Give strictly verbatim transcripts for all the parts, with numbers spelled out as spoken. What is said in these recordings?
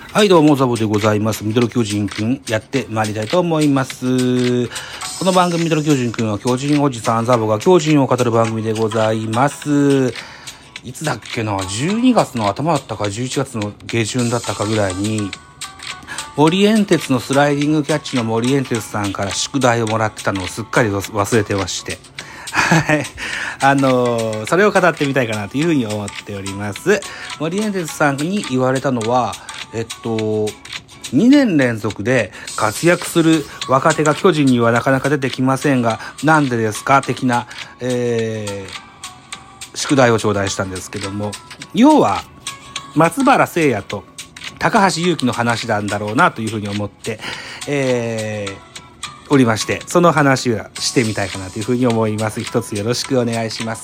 はい、どうもザボでございます。ミドル巨人くんやってまいりたいと思います。この番組ミドル巨人くんは巨人おじさんザボが巨人を語る番組でございます。いつだっけな、じゅうにがつの頭だったかじゅういちがつの下旬だったかぐらいに森エンテツのスライディングキャッチの森エンテツさんから宿題をもらってたのをすっかり忘れてまして、はい。あのー、それを語ってみたいかなというふうに思っております。森エンテツさんに言われたのは、えっと、にねん連続で活躍する若手が巨人にはなかなか出てきませんが、なんでですか的な、えー、宿題を頂戴したんですけども、要は、松原聖也と高橋優貴の話なんだろうなというふうに思って、えー、おりまして、その話はしてみたいかなというふうに思います。一つよろしくお願いします。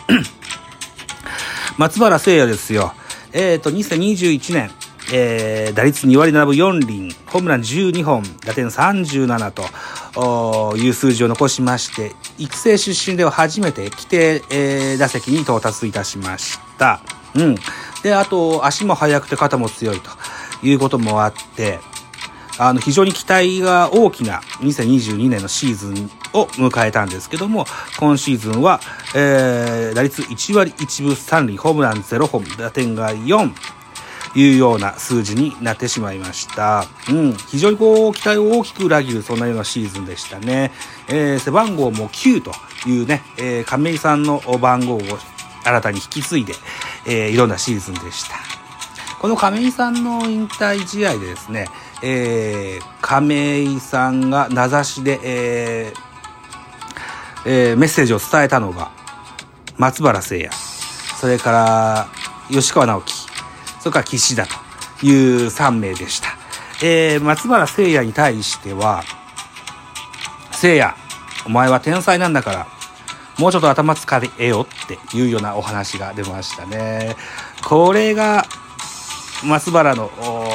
松原聖也ですよ。えっと、にせんにじゅういちねん、えー、打率にわりななぶよんりん、ホームランじゅうにほん、打点さんじゅうななという数字を残しまして、育成出身では初めて規定、えー、打席に到達いたしました。うん。で、あと、足も速くて肩も強いということもあって、あの、非常に期待が大きなにせんにじゅうにねんのシーズンを迎えたんですけども、今シーズンは、えー、打率いちわりいちぶさんりん、ホームランぜろほん、打点がよん、いうような数字になってしまいました。うん。非常にこう、期待を大きく裏切る、そんなようなシーズンでしたね。えー、背番号もきゅうというね、えー、亀井さんの番号を新たに引き継いで、えー、いろんなシーズンでした。この亀井さんの引退試合でですね、えー、亀井さんが名指しで、えーえー、メッセージを伝えたのが、松原聖也、それから吉川直樹、それから岸田というさんめいでした。えー、松原聖也に対しては、聖也、お前は天才なんだから、もうちょっと頭使えよっていうようなお話が出ましたね。これが、松原の、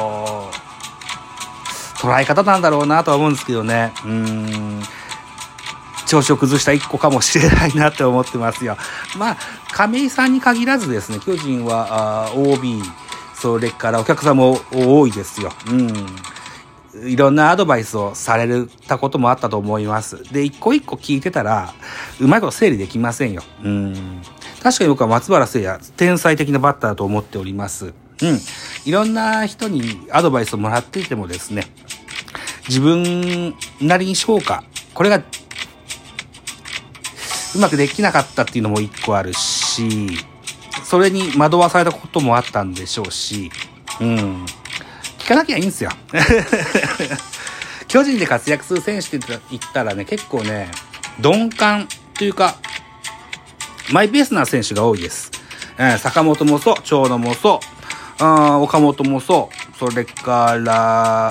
捉え方なんだろうなとは思うんですけどね。うーん。調子を崩した一個かもしれないなって思ってますよ。まあ、亀井さんに限らずですね、巨人は オービー、それからお客さんも多いですよ。うん。いろんなアドバイスをされたこともあったと思います。で、一個一個聞いてたら、うまいこと整理できませんよ。うん。確かに僕は松原聖也、天才的なバッターだと思っております。うん。いろんな人にアドバイスをもらっていてもですね、自分なりに評価、これがうまくできなかったっていうのも一個あるし、それに惑わされたこともあったんでしょうし、うん。聞かなきゃいいんですよ。巨人で活躍する選手って言ったらね、結構ね、鈍感というか、マイペースな選手が多いです。えー、坂本もそう、長野もそう、あ岡本もそう、それから、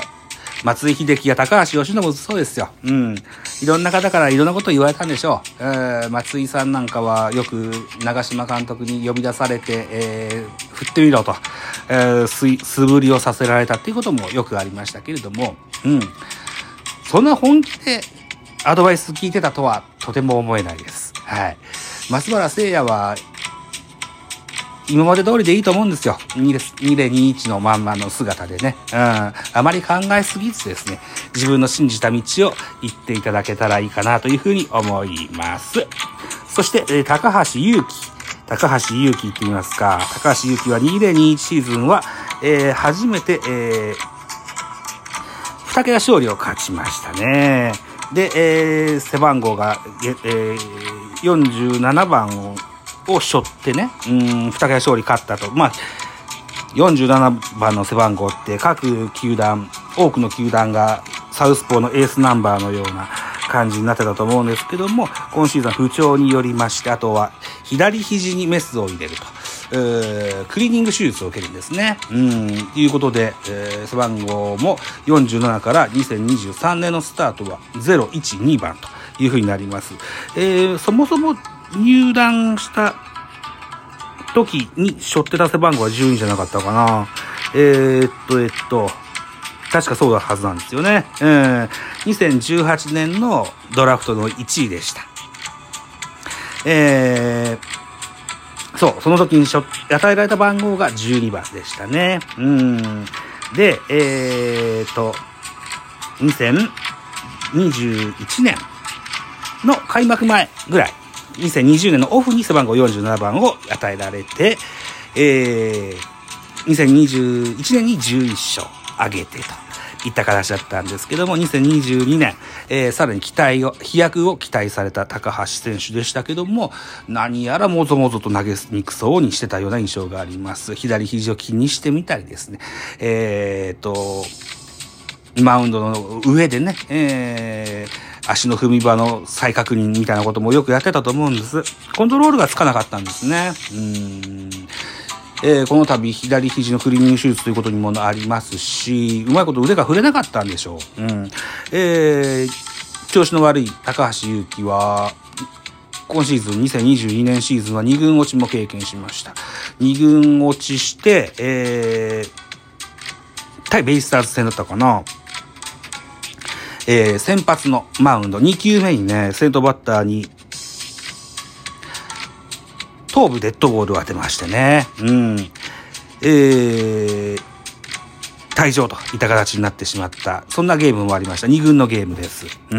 松井秀喜や高橋由伸もそうですよ。うん。いろんな方からいろんなことを言われたんでしょう。えー、松井さんなんかはよく長嶋監督に呼び出されて、えー、振ってみろと、えー、素振りをさせられたっていうこともよくありましたけれども、うん。そんな本気でアドバイス聞いてたとはとても思えないです。はい。松原聖也は、今まで通りでいいと思うんですよ。にれいにいちのまんまの姿でね。うん。あまり考えすぎずですね、自分の信じた道を行っていただけたらいいかなというふうに思います。そして、えー、高橋優貴。高橋優貴って言いますか。高橋優貴はにれいにいちシーズンは、えー、初めて、えー、二桁勝利を勝ちましたね。で、えー、背番号が、えー、よんじゅうななばんを、を背負ってね、うん、二桁勝利勝ったと。まあ、よんじゅうななばんの背番号って各球団、多くの球団がサウスポーのエースナンバーのような感じになってたと思うんですけども、今シーズン不調によりまして、あとは左肘にメスを入れると。えー、クリーニング手術を受けるんですね。うん、ということで、えー、背番号もよんじゅうななからにせんにじゅうさんねんのスタートはゼロいちにばんというふうになります。えー、そもそも入団した時に背負ってた背番号はじゅうにじゃなかったかな。えー、っと、えっと、確かそうだはずなんですよね。えー、にせんじゅうはちねんのドラフトのいちいでした。えー、そう、その時に与えられた番号がじゅうにばんでしたね。うん。 で、えーと、にせんにじゅういちねんの開幕前ぐらい、にせんにじゅうねんのオフに背番号よんじゅうななばんを与えられて、えー、にせんにじゅういちねんにじゅういっしょう挙げてといった形だったんですけども、にせんにじゅうにねん、えー、さらに期待を、飛躍を期待された高橋選手でしたけども、何やらもぞもぞと投げにくそうにしてたような印象があります。左肘を気にしてみたりですね、えーと、マウンドの上でね、えー、足の踏み場の再確認みたいなこともよくやってたと思うんです。コントロールがつかなかったんですね。うーんえー、この度左肘のクリーニング手術ということにもありますし、うまいこと腕が振れなかったんでしょう。うん。えー、調子の悪い高橋優貴は、今シーズンにせんにじゅうにねんシーズンはに軍落ちも経験しました。に軍落ちして、えー、対ベイスターズ戦だったかな。えー、先発のマウンドにきゅうめにね、先頭バッターに頭部デッドボールを当てましてね、うん、えー、退場といった形になってしまった、そんなゲームもありました。に軍のゲームです。うん、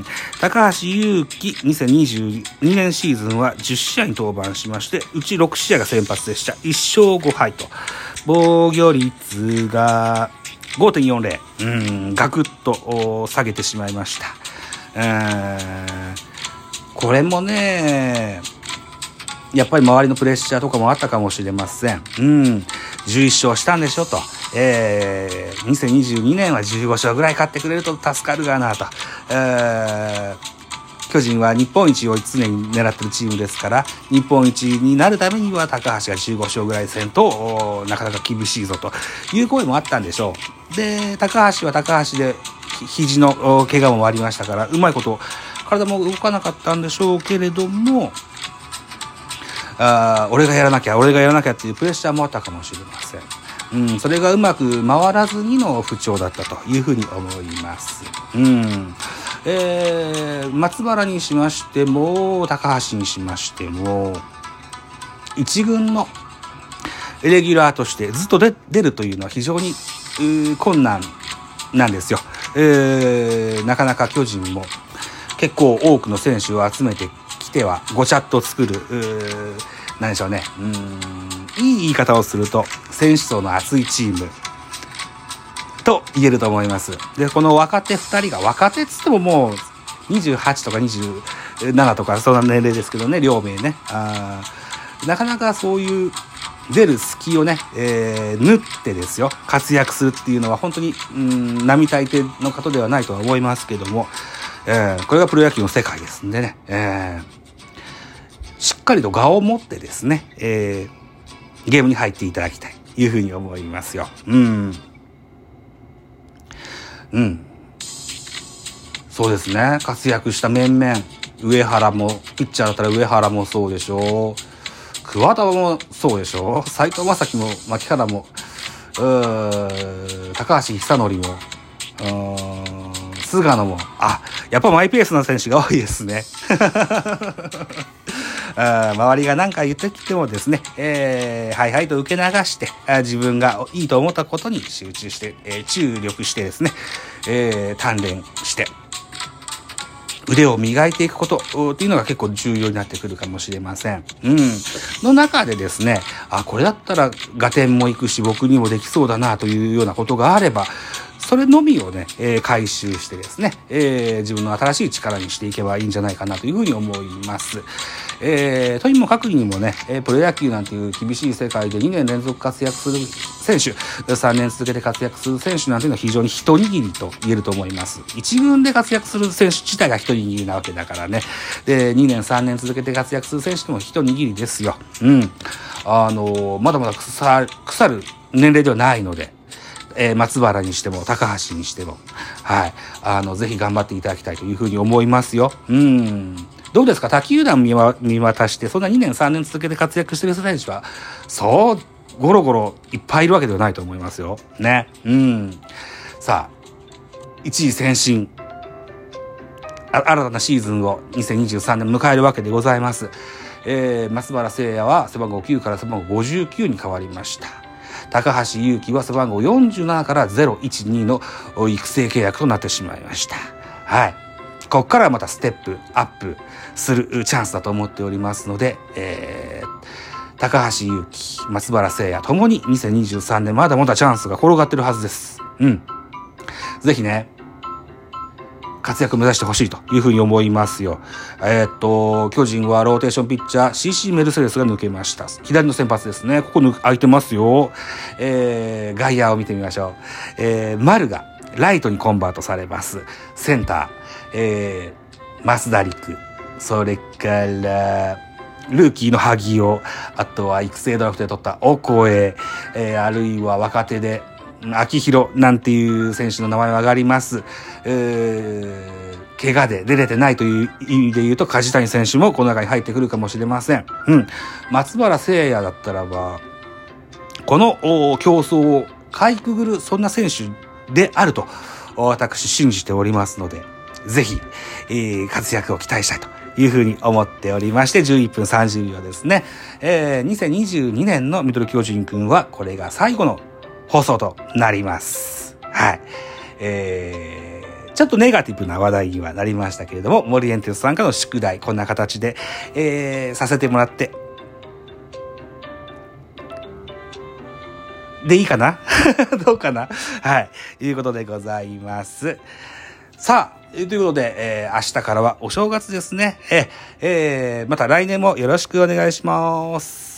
高橋優貴にせんにじゅうにねんシーズンはじゅっしあいに登板しまして、うちろくしあいが先発でした。いっしょうごはいと、防御率が ごてんよんぜろ、うん、ガクッと下げてしまいました。うんこれもね、やっぱり周りのプレッシャーとかもあったかもしれません。うん。じゅういっしょうしたんでしょと。えー、にせんにじゅうにねんはじゅうごしょうぐらい勝ってくれると助かるがなと。えー、巨人は日本一を常に狙ってるチームですから、日本一になるためには高橋がじゅうごしょうぐらいせんと、なかなか厳しいぞという声もあったんでしょう。で、高橋は高橋で肘の怪我もありましたから、うまいこと体も動かなかったんでしょうけれども、あ俺がやらなきゃ俺がやらなきゃっていうプレッシャーもあったかもしれません。うん、それがうまく回らずにの不調だったというふうに思います。うん、えー、松原にしましても高橋にしましても一軍のレギュラーとしてずっと出るというのは非常に困難なんですよ。えー、なかなか巨人も結構多くの選手を集めてきてはごちゃっと作る、なんでしょうね、うーんいい言い方をすると選手層の厚いチームと言えると思います。でこの若手ふたりが、若手っつってももうにじゅうはちとかにじゅうななとかそんな年齢ですけどね、両名ね、あなかなかそういう出る隙をね、えー、縫ってですよ活躍するっていうのは本当にうん並大抵の方ではないとは思いますけども、えー、これがプロ野球の世界ですんでね、えーしっかりと我を持ってですね、えー、ゲームに入っていただきたいというふうに思いますよ。うん。うん。そうですね。活躍した面々、上原も、ピッチャーだったら上原もそうでしょう。桑田もそうでしょう。斉藤正樹も、牧原も、うー高橋久典も、うー菅野も、あ、やっぱマイペースな選手が多いですね。あ周りが何か言ってきてもですね、えー、はいはいと受け流してあ自分がいいと思ったことに集中して、えー、注力してですね、えー、鍛錬して腕を磨いていくことっていうのが結構重要になってくるかもしれません。うん。の中でですね、あ、これだったら合点もいくし僕にもできそうだなというようなことがあれば、それのみをね、えー、回収してですね、えー、自分の新しい力にしていけばいいんじゃないかなというふうに思います。えー、とにもかくにもね、えー、プロ野球なんていう厳しい世界でにねん連続活躍する選手、さんねん続けて活躍する選手なんていうのは非常に一握りと言えると思います。一軍で活躍する選手自体が一握りなわけだからね。で、にねんさんねん続けて活躍する選手でも一握りですよ。うん。あのー、まだまだ腐る、腐る年齢ではないので、えー、松原にしても高橋にしても、はい、あのぜひ頑張っていただきたいというふうに思いますよ。うん。どうですか、他球団見渡してそんなにねんさんねん続けて活躍している選手はそうゴロゴロいっぱいいるわけではないと思いますよね。うん。さあ一時先進、新たなシーズンをにせんにじゅうさんねん迎えるわけでございます。えー、松原聖也は背番号きゅうから背番号ごじゅうきゅうに変わりました。 高橋優貴は背番号よんじゅうななからゼロいちにの育成契約となってしまいました。はい。ここからまたステップアップするチャンスだと思っておりますので、えー、高橋優貴、松原聖也ともににせんにじゅうさんねんまだまだチャンスが転がってるはずです。うん。ぜひね、活躍を目指してほしいというふうに思いますよ。えー、っと、巨人はローテーションピッチャー シーシー メルセデスが抜けました。左の先発ですね。ここ抜空いてますよ。えー、外野を見てみましょう。えー、丸がライトにコンバートされます。センター、えー、増田陸。それから、ルーキーの萩尾。あとは育成ドラフトで取ったオコエ。えー、あるいは若手で、秋広なんていう選手の名前が上がります。えー、怪我で出れてないという意味で言うと梶谷選手もこの中に入ってくるかもしれません。うん。松原聖也だったらば、この競争をかいくぐるそんな選手であると私信じておりますので、ぜひ、えー、活躍を期待したいというふうに思っておりまして、じゅういっぷんさんじゅうびょうですね。えー、にせんにじゅうにねんのミドル巨人くんはこれが最後の放送となります。はい。えー、ちょっとネガティブな話題にはなりましたけれども、森エンテスさんからの宿題、こんな形で、えー、させてもらって、でいいかなどうかなはい。いうことでございます。さあ、ということで、えー、明日からはお正月ですね。えー、えー、また来年もよろしくお願いします。